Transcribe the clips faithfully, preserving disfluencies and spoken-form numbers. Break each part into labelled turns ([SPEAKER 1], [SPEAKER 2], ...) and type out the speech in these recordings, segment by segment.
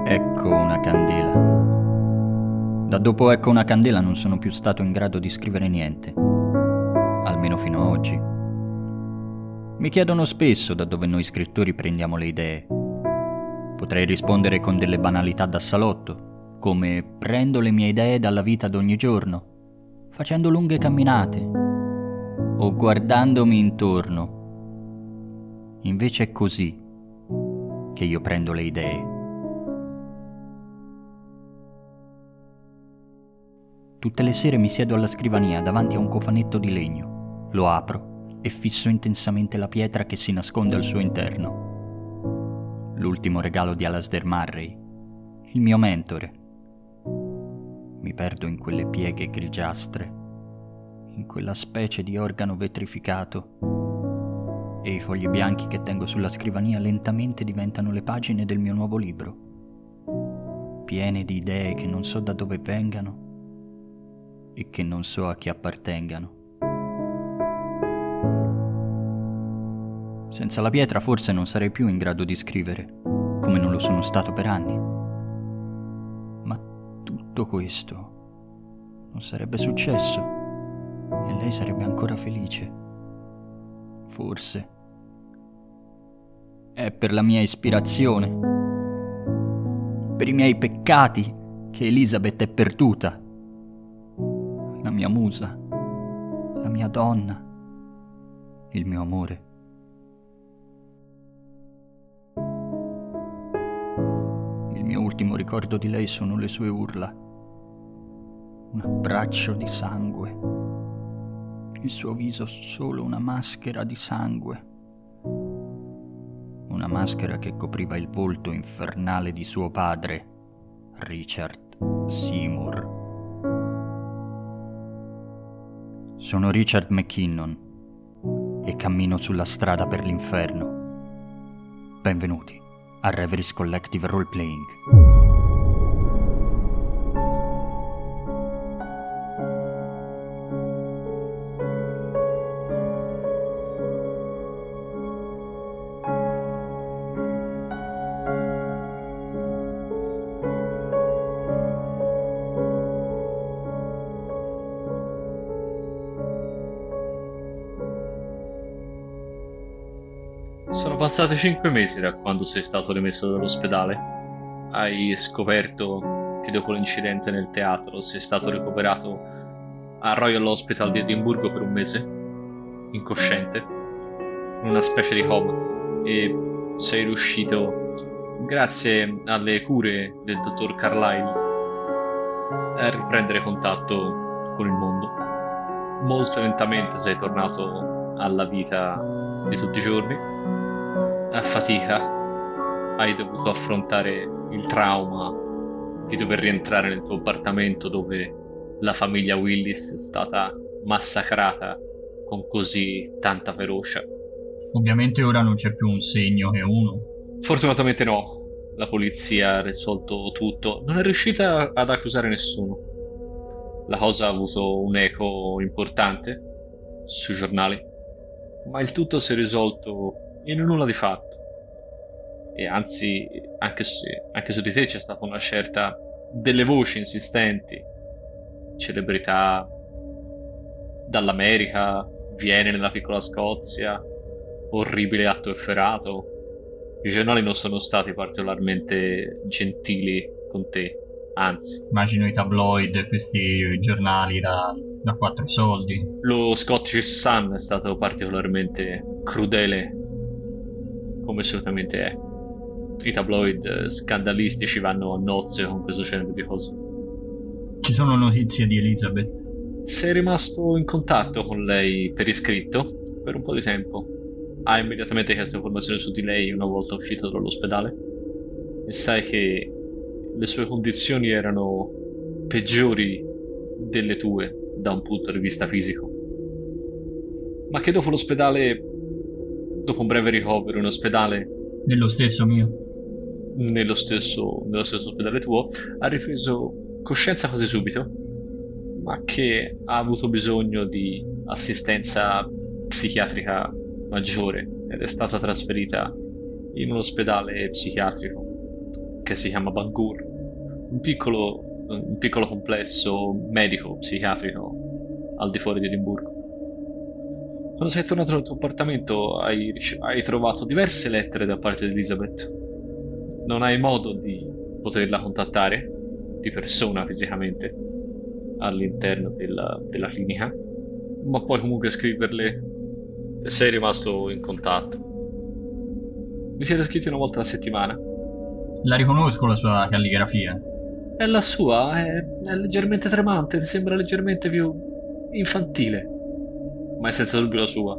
[SPEAKER 1] Ecco una candela. Da dopo Ecco una candela non sono più stato in grado di scrivere niente, almeno fino a oggi. Mi chiedono spesso da dove noi scrittori prendiamo le idee. Potrei rispondere con delle banalità da salotto, come prendo le mie idee dalla vita d'ogni giorno, facendo lunghe camminate o guardandomi intorno. Invece è così che io prendo le idee. Tutte le sere mi siedo alla scrivania davanti a un cofanetto di legno, lo apro e fisso intensamente la pietra che si nasconde al suo interno. L'ultimo regalo di Alasdair Marray, il mio mentore. Mi perdo in quelle pieghe grigiastre, in quella specie di organo vetrificato, e i fogli bianchi che tengo sulla scrivania lentamente diventano le pagine del mio nuovo libro, piene di idee che non so da dove vengano e che non so a chi appartengano. Senza la pietra forse non sarei più in grado di scrivere, come non lo sono stato per anni. Ma tutto questo non sarebbe successo e lei sarebbe ancora felice. Forse. È per la mia ispirazione, per i miei peccati, che Elizabeth è perduta. La mia musa, la mia donna, il mio amore. Il mio ultimo ricordo di lei sono le sue urla, un abbraccio di sangue, il suo viso solo una maschera di sangue, una maschera che copriva il volto infernale di suo padre, Richard Seymour. Sono Richard McKinnon e cammino sulla strada per l'inferno. Benvenuti a Reveries Collective Roleplaying.
[SPEAKER 2] Sono passati cinque mesi da quando sei stato rimesso dall'ospedale. Hai scoperto che dopo l'incidente nel teatro sei stato ricoverato al Royal Hospital di Edimburgo per un mese, incosciente, in una specie di coma, e sei riuscito, grazie alle cure del dottor Carlyle, a riprendere contatto con il mondo. Molto lentamente sei tornato alla vita di tutti i giorni. A fatica hai dovuto affrontare il trauma di dover rientrare nel tuo appartamento dove la famiglia Willis è stata massacrata con così tanta ferocia.
[SPEAKER 1] Ovviamente ora non c'è più un segno che uno.
[SPEAKER 2] Fortunatamente no, la polizia ha risolto tutto, non è riuscita ad accusare nessuno. La cosa ha avuto un eco importante sui giornali, ma il tutto si è risolto in nulla di fatto. E anzi, anche, se, anche su di te c'è stata una certa delle voci insistenti, celebrità dall'America, viene nella piccola Scozia, orribile atto efferato. I giornali non sono stati particolarmente gentili con te, anzi.
[SPEAKER 1] Immagino i tabloid, questi giornali da, da quattro soldi.
[SPEAKER 2] Lo Scottish Sun è stato particolarmente crudele, come solitamente è. I tabloid scandalistici vanno a nozze con questo genere di cose.
[SPEAKER 1] Ci sono notizie di Elizabeth?
[SPEAKER 2] Sei rimasto in contatto con lei per iscritto per un po' di tempo. Hai immediatamente chiesto informazioni su di lei una volta uscito dall'ospedale e sai che le sue condizioni erano peggiori delle tue da un punto di vista fisico, ma che dopo l'ospedale, dopo un breve ricovero in ospedale,
[SPEAKER 1] nello stesso mio
[SPEAKER 2] nello stesso, nello stesso ospedale tuo, ha ripreso coscienza quasi subito, ma che ha avuto bisogno di assistenza psichiatrica maggiore ed è stata trasferita in un ospedale psichiatrico che si chiama Bangor, un piccolo, un piccolo complesso medico-psichiatrico al di fuori di Edimburgo. Quando sei tornato nel tuo appartamento hai, rice- hai trovato diverse lettere da parte di Elizabeth. Non hai modo di poterla contattare di persona, fisicamente, all'interno della, della clinica, ma puoi comunque scriverle e sei rimasto in contatto. Vi siete scritti una volta alla settimana.
[SPEAKER 1] La riconosco la sua calligrafia.
[SPEAKER 2] E la sua è, è leggermente tremante, ti sembra leggermente più infantile, ma è senza dubbio la sua.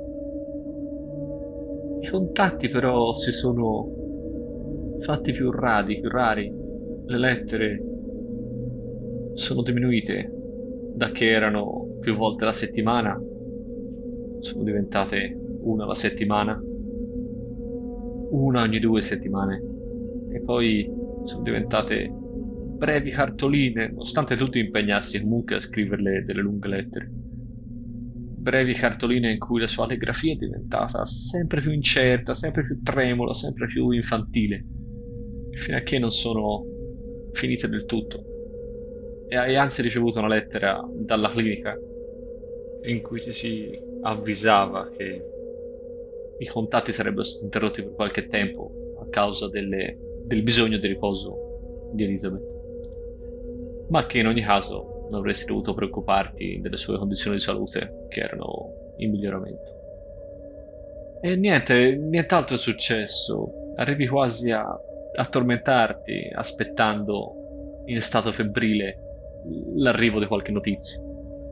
[SPEAKER 2] I contatti però si sono fatti più rari, più rari. Le lettere sono diminuite da che erano più volte alla settimana, sono diventate una alla settimana, una ogni due settimane, e poi sono diventate brevi cartoline, nonostante tu ti impegnassi comunque a scriverle delle lunghe lettere. Brevi cartoline in cui la sua calligrafia è diventata sempre più incerta, sempre più tremula, sempre più infantile, fino a che non sono finite del tutto. E hai anzi ricevuto una lettera dalla clinica in cui ti si avvisava che i contatti sarebbero stati interrotti per qualche tempo a causa delle, del bisogno di riposo di Elizabeth, ma che in ogni caso non avresti dovuto preoccuparti delle sue condizioni di salute, che erano in miglioramento. E niente, nient'altro è successo. Arrivi quasi a, a tormentarti, aspettando in stato febbrile l'arrivo di qualche notizia.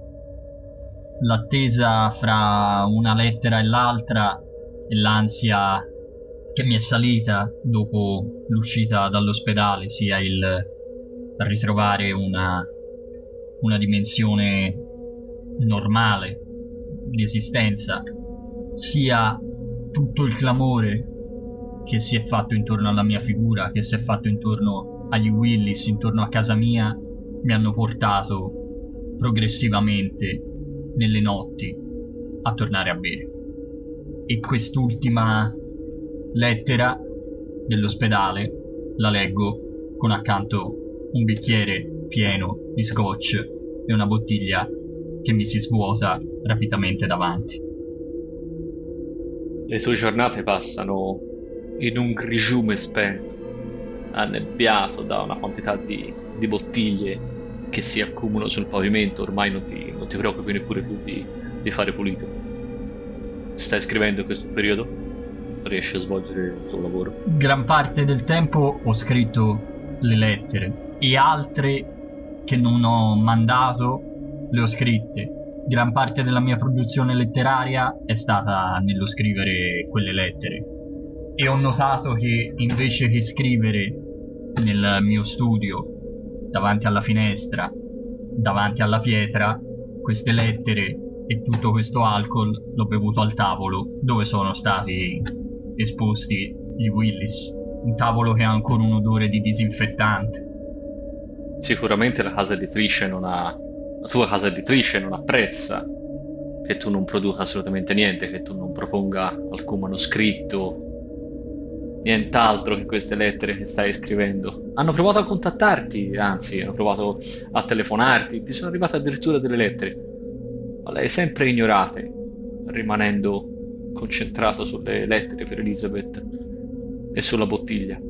[SPEAKER 1] L'attesa fra una lettera e l'altra e l'ansia che mi è salita dopo l'uscita dall'ospedale, sia il ritrovare una, una dimensione normale di esistenza, sia tutto il clamore che si è fatto intorno alla mia figura, che si è fatto intorno agli Willis, intorno a casa mia, mi hanno portato progressivamente nelle notti a tornare a bere. E quest'ultima lettera dell'ospedale la leggo con accanto un bicchiere pieno di scotch e una bottiglia che mi si svuota rapidamente davanti.
[SPEAKER 2] Le tue giornate passano in un grigiume spento, annebbiato da una quantità di, di bottiglie che si accumulano sul pavimento. Ormai non ti, non ti preoccupi neppure più di, di fare pulito. Stai scrivendo in questo periodo? Riesci a svolgere il tuo lavoro?
[SPEAKER 1] Gran parte del tempo ho scritto le lettere e altre che non ho mandato le ho scritte. Gran parte della mia produzione letteraria è stata nello scrivere quelle lettere, e ho notato che invece che scrivere nel mio studio davanti alla finestra, davanti alla pietra, queste lettere e tutto questo alcol l'ho bevuto al tavolo dove sono stati esposti gli Willis, un tavolo che ha ancora un odore di disinfettante.
[SPEAKER 2] Sicuramente la casa editrice non ha, la tua casa editrice non apprezza che tu non produca assolutamente niente, che tu non proponga alcun manoscritto, nient'altro che queste lettere che stai scrivendo. Hanno provato a contattarti, anzi, hanno provato a telefonarti, ti sono arrivate addirittura delle lettere, ma le hai sempre ignorate, rimanendo concentrato sulle lettere per Elizabeth e sulla bottiglia.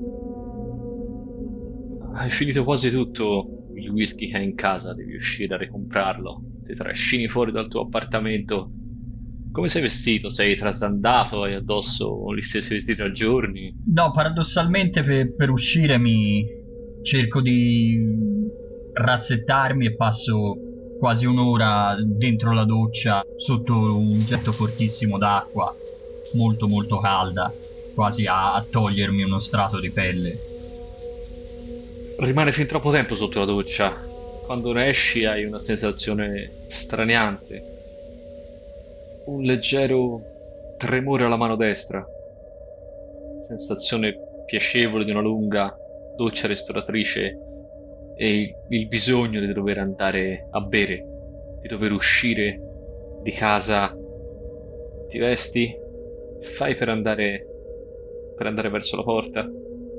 [SPEAKER 2] Hai finito quasi tutto il whisky che hai in casa, devi uscire a ricomprarlo, ti trascini fuori dal tuo appartamento. Come sei vestito? Sei trasandato? Hai addosso gli stessi vestiti a giorni?
[SPEAKER 1] No, paradossalmente per, per uscire mi cerco di rassettarmi e passo quasi un'ora dentro la doccia sotto un getto fortissimo d'acqua, molto molto calda, quasi a, a togliermi uno strato di pelle.
[SPEAKER 2] Rimane fin troppo tempo sotto la doccia. Quando ne esci hai una sensazione straniante, un leggero tremore alla mano destra, sensazione piacevole di una lunga doccia ristoratrice e il bisogno di dover andare a bere, di dover uscire di casa. Ti vesti, fai per andare per andare verso la porta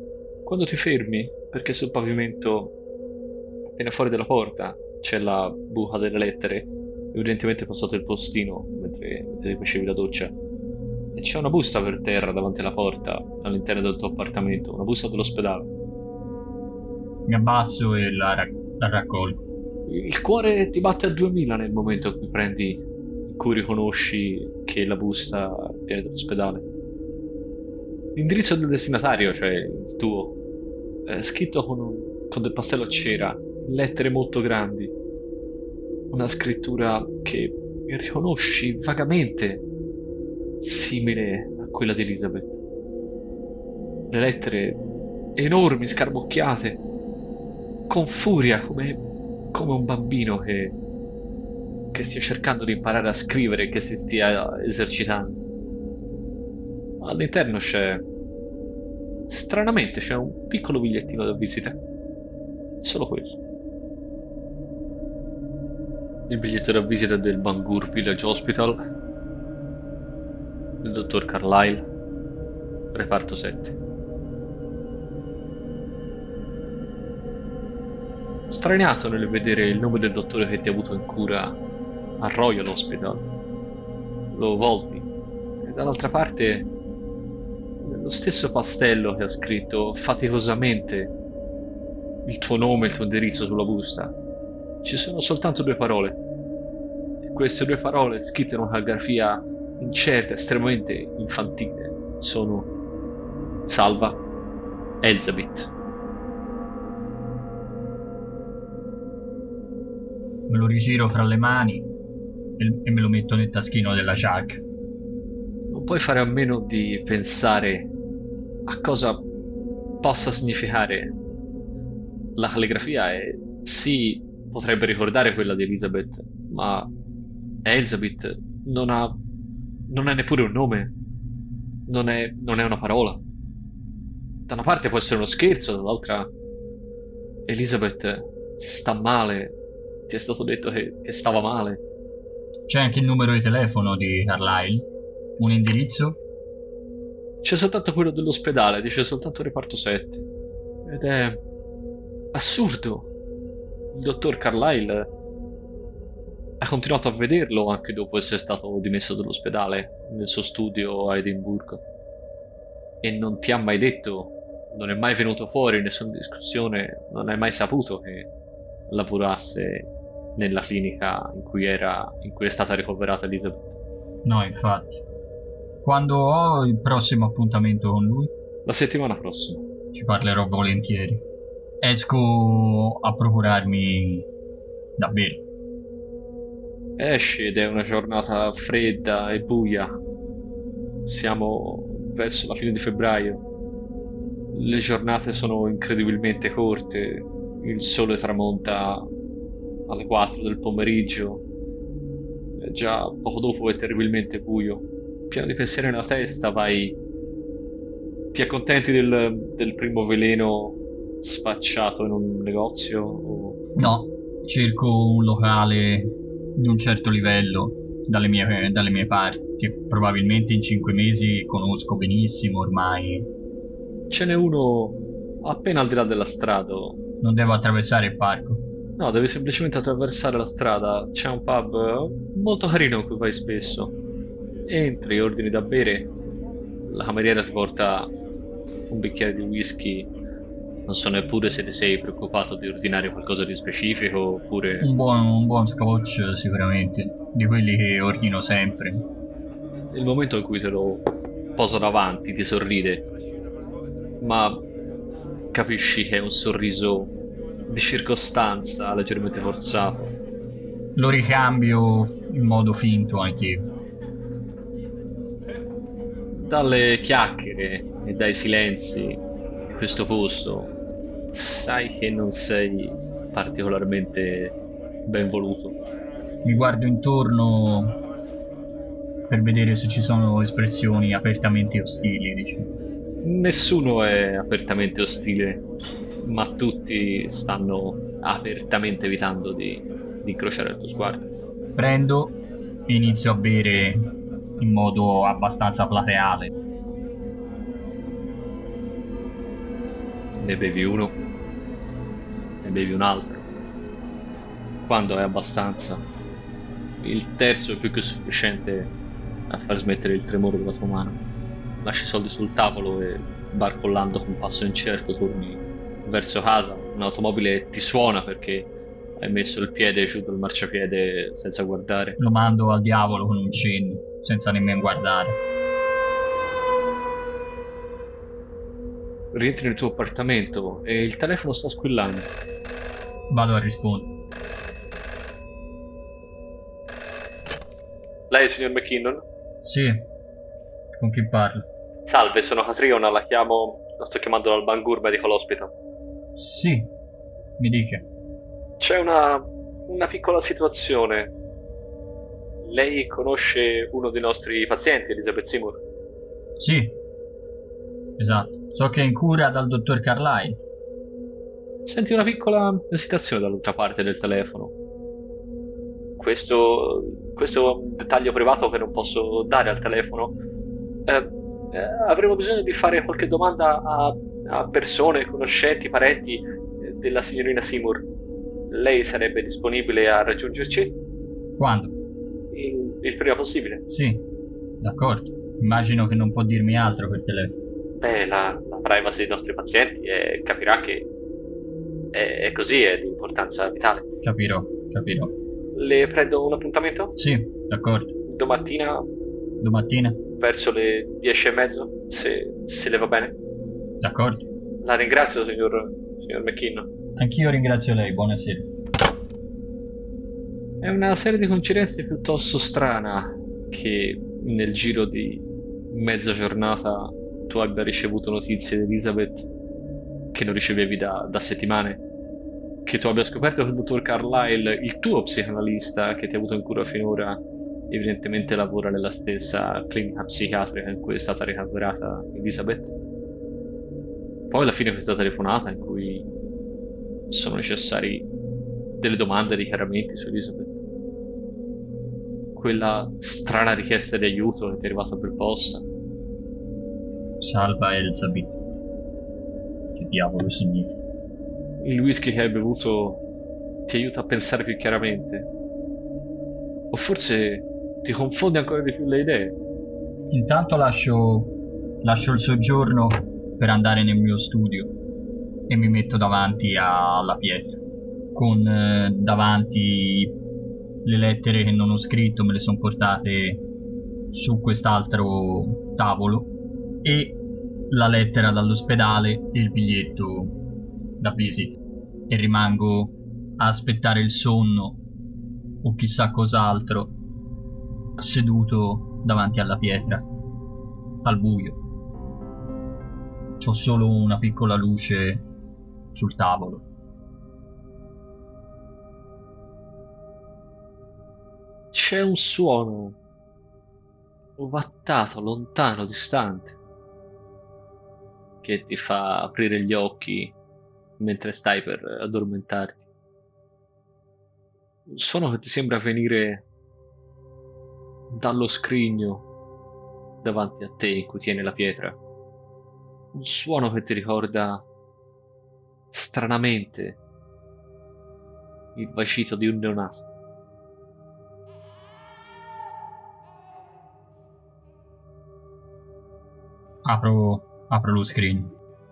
[SPEAKER 2] quando ti fermi, perché sul pavimento, appena fuori dalla porta, c'è la buca delle lettere, evidentemente è passato il postino mentre, mentre ti facevi la doccia. E c'è una busta per terra davanti alla porta, all'interno del tuo appartamento, una busta dell'ospedale.
[SPEAKER 1] Mi abbasso e la, ra- la raccolgo.
[SPEAKER 2] Il cuore ti batte a duemila nel momento in cui prendi, in cui riconosci che la busta viene dall'ospedale. L'indirizzo del destinatario, cioè il tuo, è scritto con, un, con del pastello a cera, in lettere molto grandi. Una scrittura che riconosci vagamente simile a quella di Elizabeth. Le lettere enormi, scarbocchiate, con furia, come, come un bambino che, che stia cercando di imparare a scrivere e che si stia esercitando. All'interno c'è, stranamente, c'è un piccolo bigliettino da visita. Solo quello. Il biglietto da visita del Bangor Village Hospital del dottor Carlyle, reparto sette. Straniato nel vedere il nome del dottore che ti ha avuto in cura al Royal Hospital, lo volti e dall'altra parte, nello stesso pastello che ha scritto faticosamente il tuo nome e il tuo indirizzo sulla busta, ci sono soltanto due parole. E queste due parole, scritte in una calligrafia incerta, estremamente infantile, sono Salva Elizabeth.
[SPEAKER 1] Me lo rigiro fra le mani e, e me lo metto nel taschino della giacca.
[SPEAKER 2] Non puoi fare a meno di pensare a cosa possa significare la calligrafia e sì, potrebbe ricordare quella di Elizabeth, ma Elizabeth non ha non è neppure un nome, non è, non è una parola. Da una parte può essere uno scherzo, dall'altra Elizabeth sta male, ti è stato detto che, che stava male.
[SPEAKER 1] C'è anche il numero di telefono di Carlyle? Un indirizzo?
[SPEAKER 2] C'è soltanto quello dell'ospedale, dice soltanto reparto sette. Ed è assurdo. Il dottor Carlyle ha continuato a vederlo anche dopo essere stato dimesso dall'ospedale nel suo studio a Edimburgo. E non ti ha mai detto, non è mai venuto fuori in nessuna discussione, non hai mai saputo che lavorasse nella clinica in cui era, in cui è stata ricoverata Elizabeth.
[SPEAKER 1] No, infatti. Quando ho il prossimo appuntamento con lui?
[SPEAKER 2] La settimana prossima.
[SPEAKER 1] Ci parlerò volentieri. Esco a procurarmi da bere.
[SPEAKER 2] Esci ed è una giornata fredda e buia. Siamo verso la fine di febbraio. Le giornate sono incredibilmente corte. Il sole tramonta alle quattro del pomeriggio. E già poco dopo è terribilmente buio. Pieno di pensieri nella testa, vai. Ti accontenti del, del primo veleno spacciato in un negozio? O...
[SPEAKER 1] No, cerco un locale di un certo livello dalle mie, dalle mie parti, che probabilmente in cinque mesi conosco benissimo ormai.
[SPEAKER 2] Ce n'è uno appena al di là della strada.
[SPEAKER 1] Non devo attraversare il parco?
[SPEAKER 2] No, devi semplicemente attraversare la strada. C'è un pub molto carino in cui vai spesso. Entri, ordini da bere, la cameriera ti porta un bicchiere di whisky. Non so neppure se ti sei preoccupato di ordinare qualcosa di specifico oppure...
[SPEAKER 1] Un buon, un buon scotch sicuramente, di quelli che ordino sempre.
[SPEAKER 2] Nel momento in cui te lo poso davanti ti sorride, ma capisci che è un sorriso di circostanza leggermente forzato.
[SPEAKER 1] Lo ricambio in modo finto anche io.
[SPEAKER 2] Dalle chiacchiere e dai silenzi di questo posto sai che non sei particolarmente ben voluto.
[SPEAKER 1] Mi guardo intorno per vedere se ci sono espressioni apertamente ostili, diciamo.
[SPEAKER 2] Nessuno è apertamente ostile, ma tutti stanno apertamente evitando di, di incrociare il tuo sguardo.
[SPEAKER 1] Prendo e inizio a bere in modo abbastanza plateale.
[SPEAKER 2] ne bevi uno, ne bevi un altro. Quando è abbastanza, il terzo è più che sufficiente a far smettere il tremore della tua mano. Lasci i soldi sul tavolo e, barcollando con passo incerto, torni verso casa. Un'automobile ti suona perché hai messo il piede giù dal marciapiede senza guardare.
[SPEAKER 1] Lo mando al diavolo con un cenno, senza nemmeno guardare.
[SPEAKER 2] Rientri nel tuo appartamento e il telefono sta squillando.
[SPEAKER 1] Vado a rispondere.
[SPEAKER 2] Lei, signor McKinnon?
[SPEAKER 1] Sì, con chi parlo?
[SPEAKER 2] Salve, sono Catriona, la chiamo... la sto chiamando dal Bangor Medical Hospital.
[SPEAKER 1] Sì, mi dica.
[SPEAKER 2] C'è una... una piccola situazione. Lei conosce uno dei nostri pazienti, Elizabeth Seymour?
[SPEAKER 1] Sì, esatto. So che è in cura dal dottor Carlyle.
[SPEAKER 2] Senti una piccola esitazione dall'altra parte del telefono. Questo... questo è un dettaglio privato che non posso dare al telefono. Eh, eh, avremo bisogno di fare qualche domanda a, a persone, conoscenti, parenti eh, della signorina Seymour. Lei sarebbe disponibile a raggiungerci?
[SPEAKER 1] Quando?
[SPEAKER 2] Il, il prima possibile.
[SPEAKER 1] Sì, d'accordo. Immagino che non può dirmi altro per telefono.
[SPEAKER 2] Beh, la, la privacy dei nostri pazienti eh, capirà che è, è così, è di importanza vitale.
[SPEAKER 1] Capirò, capirò.
[SPEAKER 2] Le prendo un appuntamento?
[SPEAKER 1] Sì, d'accordo.
[SPEAKER 2] Domattina
[SPEAKER 1] Domattina?
[SPEAKER 2] verso le dieci e mezzo, se, se le va bene.
[SPEAKER 1] D'accordo.
[SPEAKER 2] La ringrazio, signor, signor McKinnon.
[SPEAKER 1] Anch'io ringrazio lei, buonasera.
[SPEAKER 2] È una serie di coincidenze piuttosto strana che nel giro di mezza giornata tu abbia ricevuto notizie di Elizabeth che non ricevevi da, da settimane, che tu abbia scoperto che il dottor Carlyle, il tuo psicanalista che ti ha avuto in cura finora, evidentemente lavora nella stessa clinica psichiatrica in cui è stata ricoverata Elizabeth. Poi alla fine questa telefonata in cui sono necessari delle domande e dei chiarimenti su Elizabeth. Quella strana richiesta di aiuto che ti è arrivata per posta.
[SPEAKER 1] Salva Elizabeth. Che diavolo significa?
[SPEAKER 2] Il whisky che hai bevuto ti aiuta a pensare più chiaramente. O forse ti confonde ancora di più le idee.
[SPEAKER 1] Intanto lascio, lascio il soggiorno per andare nel mio studio e mi metto davanti alla pietra. Con eh, davanti le lettere che non ho scritto, me le sono portate su quest'altro tavolo, e la lettera dall'ospedale e il biglietto da visit, e rimango a aspettare il sonno o chissà cos'altro seduto davanti alla pietra al buio. C'ho solo una piccola luce sul tavolo.
[SPEAKER 2] C'è un suono ovattato, lontano, distante, che ti fa aprire gli occhi mentre stai per addormentarti. Un suono che ti sembra venire dallo scrigno davanti a te in cui tiene la pietra. Un suono che ti ricorda stranamente il vagito di un neonato.
[SPEAKER 1] Apro, apro lo scrigno.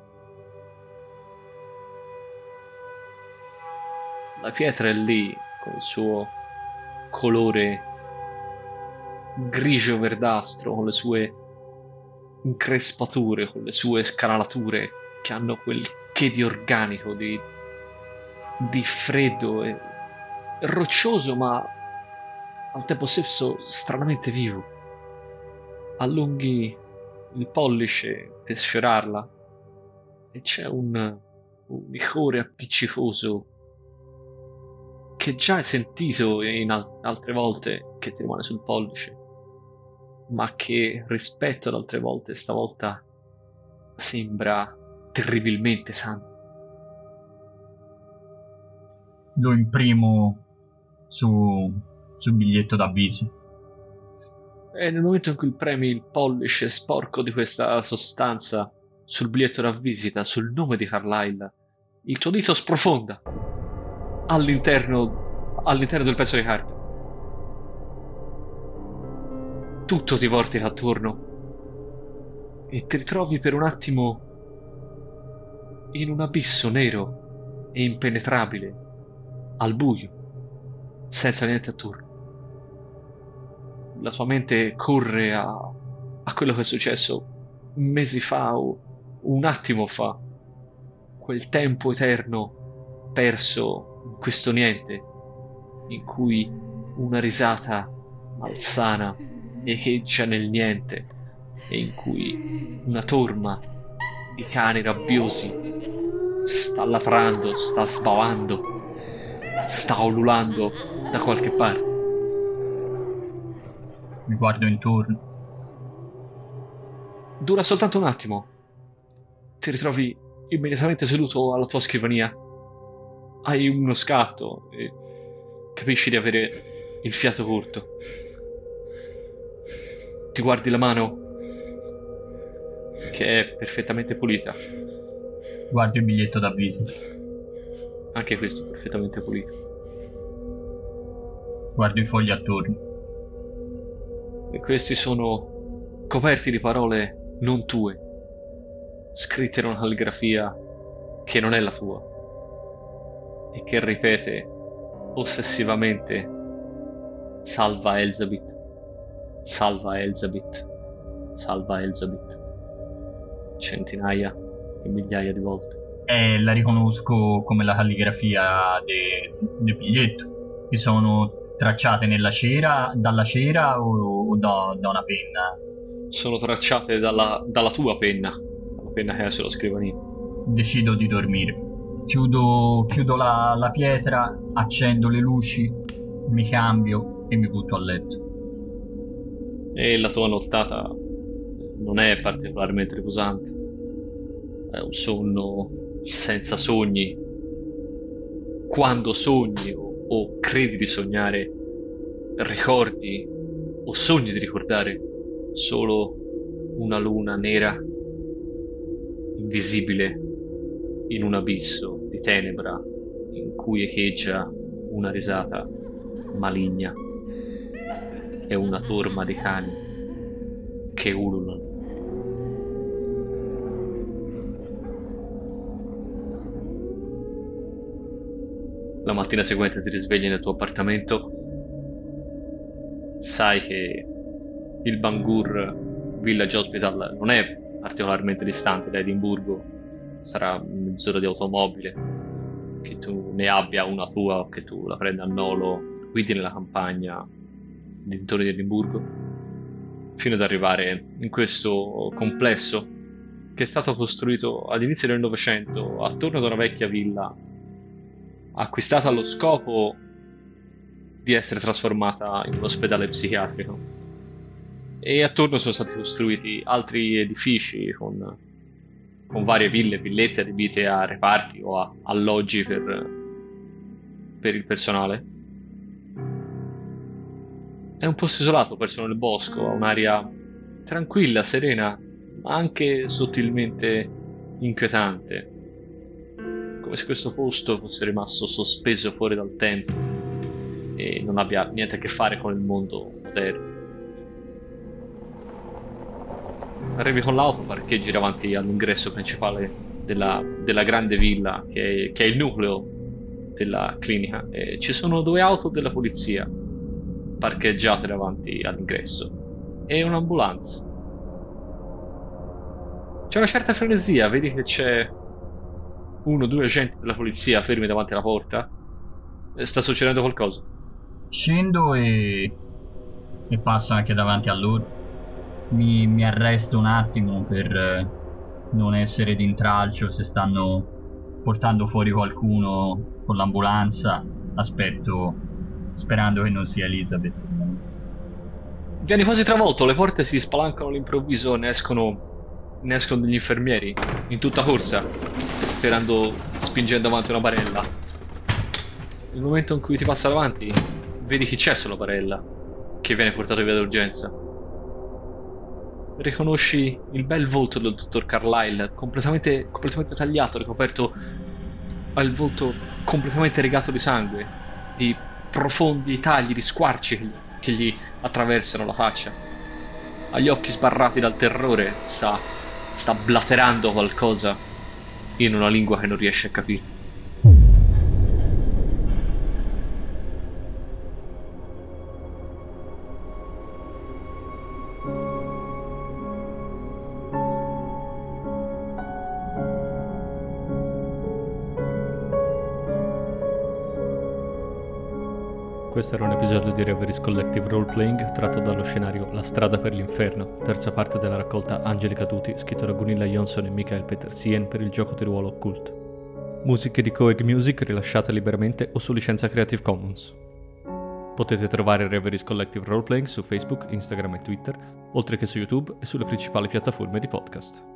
[SPEAKER 2] La pietra è lì con il suo colore grigio verdastro, con le sue increspature, con le sue scanalature che hanno quel che di organico, di, di freddo e roccioso, ma al tempo stesso stranamente vivo. Allunghi il pollice per sfiorarla e c'è un, un liquore appiccicoso che già hai sentito in al- altre volte, che ti rimane sul pollice, ma che rispetto ad altre volte stavolta sembra terribilmente sano.
[SPEAKER 1] Lo imprimo su, sul biglietto d'avviso.
[SPEAKER 2] E nel momento in cui premi il pollice sporco di questa sostanza, sul biglietto da visita, sul nome di Carlyle, il tuo dito sprofonda all'interno all'interno del pezzo di carta. Tutto ti vortica attorno e ti ritrovi per un attimo in un abisso nero e impenetrabile, al buio, senza niente attorno. La tua mente corre a, a quello che è successo mesi fa o un attimo fa, quel tempo eterno perso in questo niente, in cui una risata malsana echeggia nel niente e in cui una torma di cani rabbiosi sta latrando, sta sbavando, sta ululando da qualche parte.
[SPEAKER 3] Mi guardo intorno.
[SPEAKER 2] Dura soltanto un attimo. Ti ritrovi immediatamente seduto alla tua scrivania. Hai uno scatto e capisci di avere il fiato corto. Ti guardi la mano, che è perfettamente pulita.
[SPEAKER 3] Guardo il biglietto da visita.
[SPEAKER 2] Anche questo è perfettamente pulito.
[SPEAKER 3] Guardo i fogli attorno.
[SPEAKER 2] E questi sono coperti di parole non tue, scritte in una calligrafia che non è la tua e che ripete ossessivamente: salva Elizabeth, salva Elizabeth, salva Elizabeth, centinaia e migliaia di volte.
[SPEAKER 3] E la riconosco come la calligrafia de- del biglietto, che sono tracciate nella cera, dalla cera o, o da, da una penna?
[SPEAKER 2] Sono tracciate dalla, dalla tua penna, dalla penna che hai sulla scrivania.
[SPEAKER 3] Decido di dormire. Chiudo, chiudo la, la pietra, accendo le luci, mi cambio e mi butto a letto.
[SPEAKER 2] E la tua nottata non è particolarmente riposante. È un sonno senza sogni. Quando sogni o, o credi di sognare, ricordi o sogni di ricordare solo una luna nera, invisibile, in un abisso di tenebra in cui echeggia una risata maligna e una torma di cani che ululano. La mattina seguente ti risvegli nel tuo appartamento. Sai che il Bangor Village Hospital non è particolarmente distante da Edimburgo, sarà mezz'ora di automobile. Che tu ne abbia una tua o che tu la prenda a nolo, guidi nella campagna dintorni di Edimburgo, fino ad arrivare in questo complesso che è stato costruito all'inizio del Novecento attorno ad una vecchia villa acquistata allo scopo di essere trasformata in un ospedale psichiatrico, e attorno sono stati costruiti altri edifici con, con varie ville, villette adibite a reparti o a alloggi per, per il personale. È un posto isolato, perso nel bosco, ha un'aria tranquilla, serena, ma anche sottilmente inquietante, come se questo posto fosse rimasto sospeso fuori dal tempo e non abbia niente a che fare con il mondo moderno. Arrivi con l'auto, parcheggi davanti all'ingresso principale della, della grande villa che è, che è il nucleo della clinica, e ci sono due auto della polizia parcheggiate davanti all'ingresso e un'ambulanza. C'è una certa frenesia, vedi che c'è uno o due agenti della polizia fermi davanti alla porta. Sta succedendo qualcosa?
[SPEAKER 3] Scendo e, e passo anche davanti a loro. Mi, mi arresto un attimo per eh, non essere d'intralcio se stanno portando fuori qualcuno con l'ambulanza. Aspetto, sperando che non sia Elizabeth.
[SPEAKER 2] Vieni quasi travolto, le porte si spalancano all'improvviso, ne escono, ne escono degli infermieri in tutta corsa, tirando, spingendo avanti una barella. Nel momento in cui ti passa davanti, vedi chi c'è sulla barella, che viene portato via d'urgenza. riconosci il bel volto del dottor Carlyle, completamente, completamente tagliato, ricoperto, ha il volto completamente regato di sangue, di profondi tagli, di squarci che gli, che gli attraversano la faccia. Ha gli occhi sbarrati dal terrore, sta, sta blaterando qualcosa in una lingua che non riesce a capire.
[SPEAKER 4] Questo era un episodio di Reveries Collective Roleplaying tratto dallo scenario La strada per l'inferno, terza parte della raccolta Angeli Caduti, scritto da Gunilla Jonsson e Michael Petersien per il gioco di ruolo Occult. Musiche di Coeg Music rilasciate liberamente o su licenza Creative Commons. Potete trovare Reveries Collective Roleplaying su Facebook, Instagram e Twitter, oltre che su YouTube e sulle principali piattaforme di podcast.